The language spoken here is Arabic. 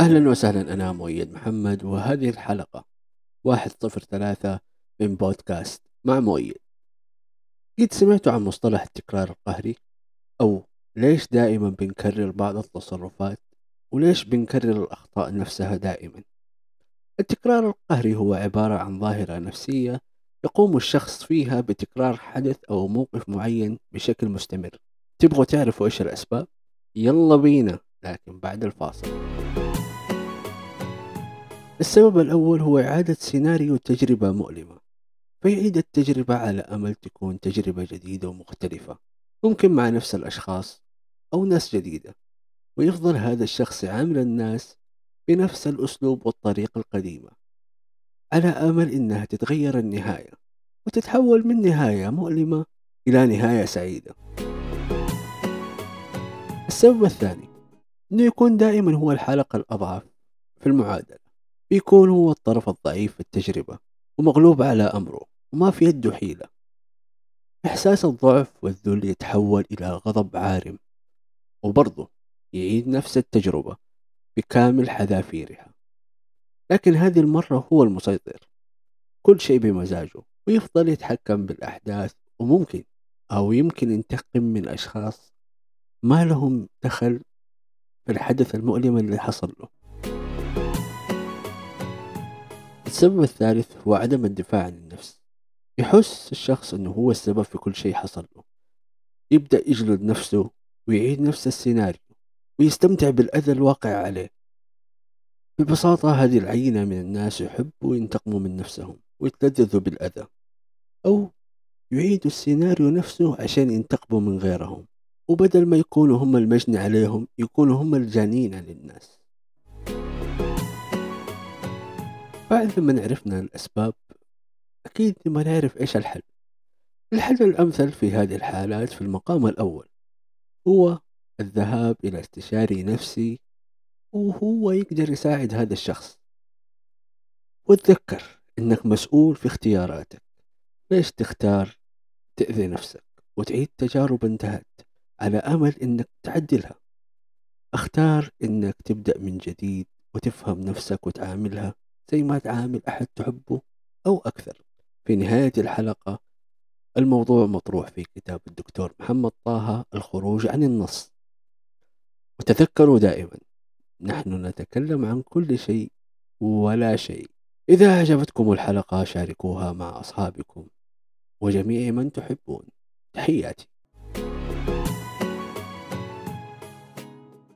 أهلا وسهلا، أنا مؤيد محمد وهذه الحلقة 103 من بودكاست مع مؤيد. قد سمعتوا عن مصطلح التكرار القهري؟ أو ليش دائما بنكرر بعض التصرفات؟ وليش بنكرر الأخطاء نفسها دائما؟ التكرار القهري هو عبارة عن ظاهرة نفسية يقوم الشخص فيها بتكرار حدث أو موقف معين بشكل مستمر. تبغوا تعرفوا إيش الأسباب؟ يلا بينا، لكن بعد الفاصل. السبب الأول هو إعادة سيناريو تجربة مؤلمة، فيعيد التجربة على أمل تكون تجربة جديدة ومختلفة، ممكن مع نفس الأشخاص أو ناس جديدة، ويفضل هذا الشخص يعامل الناس بنفس الأسلوب والطريقة القديمة على أمل إنها تتغير النهاية وتتحول من نهاية مؤلمة إلى نهاية سعيدة. السبب الثاني إنه يكون دائما هو الحلقة الأضعف في المعادلة، بيكون هو الطرف الضعيف في التجربة ومغلوب على أمره وما في يده حيلة. إحساس الضعف والذل يتحول إلى غضب عارم، وبرضه يعيد نفس التجربة بكامل حذافيرها، لكن هذه المرة هو المسيطر، كل شيء بمزاجه، ويفضل يتحكم بالأحداث، وممكن أو يمكن ينتقم من أشخاص ما لهم دخل في الحدث المؤلم اللي حصل له. السبب الثالث هو عدم الدفاع عن النفس. يحس الشخص أنه هو السبب في كل شيء حصل له، يبدأ يجلد نفسه ويعيد نفس السيناريو ويستمتع بالأذى الواقع عليه. ببساطة هذه العينة من الناس يحبوا ينتقموا من نفسهم ويتلذذوا بالأذى، أو يعيدوا السيناريو نفسه عشان ينتقموا من غيرهم، وبدل ما يكونوا هم المجني عليهم يكونوا هم الجانين على الناس. بعد ما عرفنا الأسباب، أكيد ما نعرف إيش الحل. الحل الأمثل في هذه الحالات في المقام الأول هو الذهاب إلى استشاري نفسي، وهو يقدر يساعد هذا الشخص. وتذكر إنك مسؤول في اختياراتك. ليش تختار تأذي نفسك وتعيد تجارب انتهت على أمل إنك تعدلها؟ اختار إنك تبدأ من جديد وتفهم نفسك وتعاملها زي ما تعامل أحد تحبه أو أكثر. في نهاية الحلقة، الموضوع مطروح في كتاب الدكتور محمد طه، الخروج عن النص. وتذكروا دائما، نحن نتكلم عن كل شيء ولا شيء. إذا أعجبتكم الحلقة شاركوها مع أصحابكم وجميع من تحبون. تحياتي.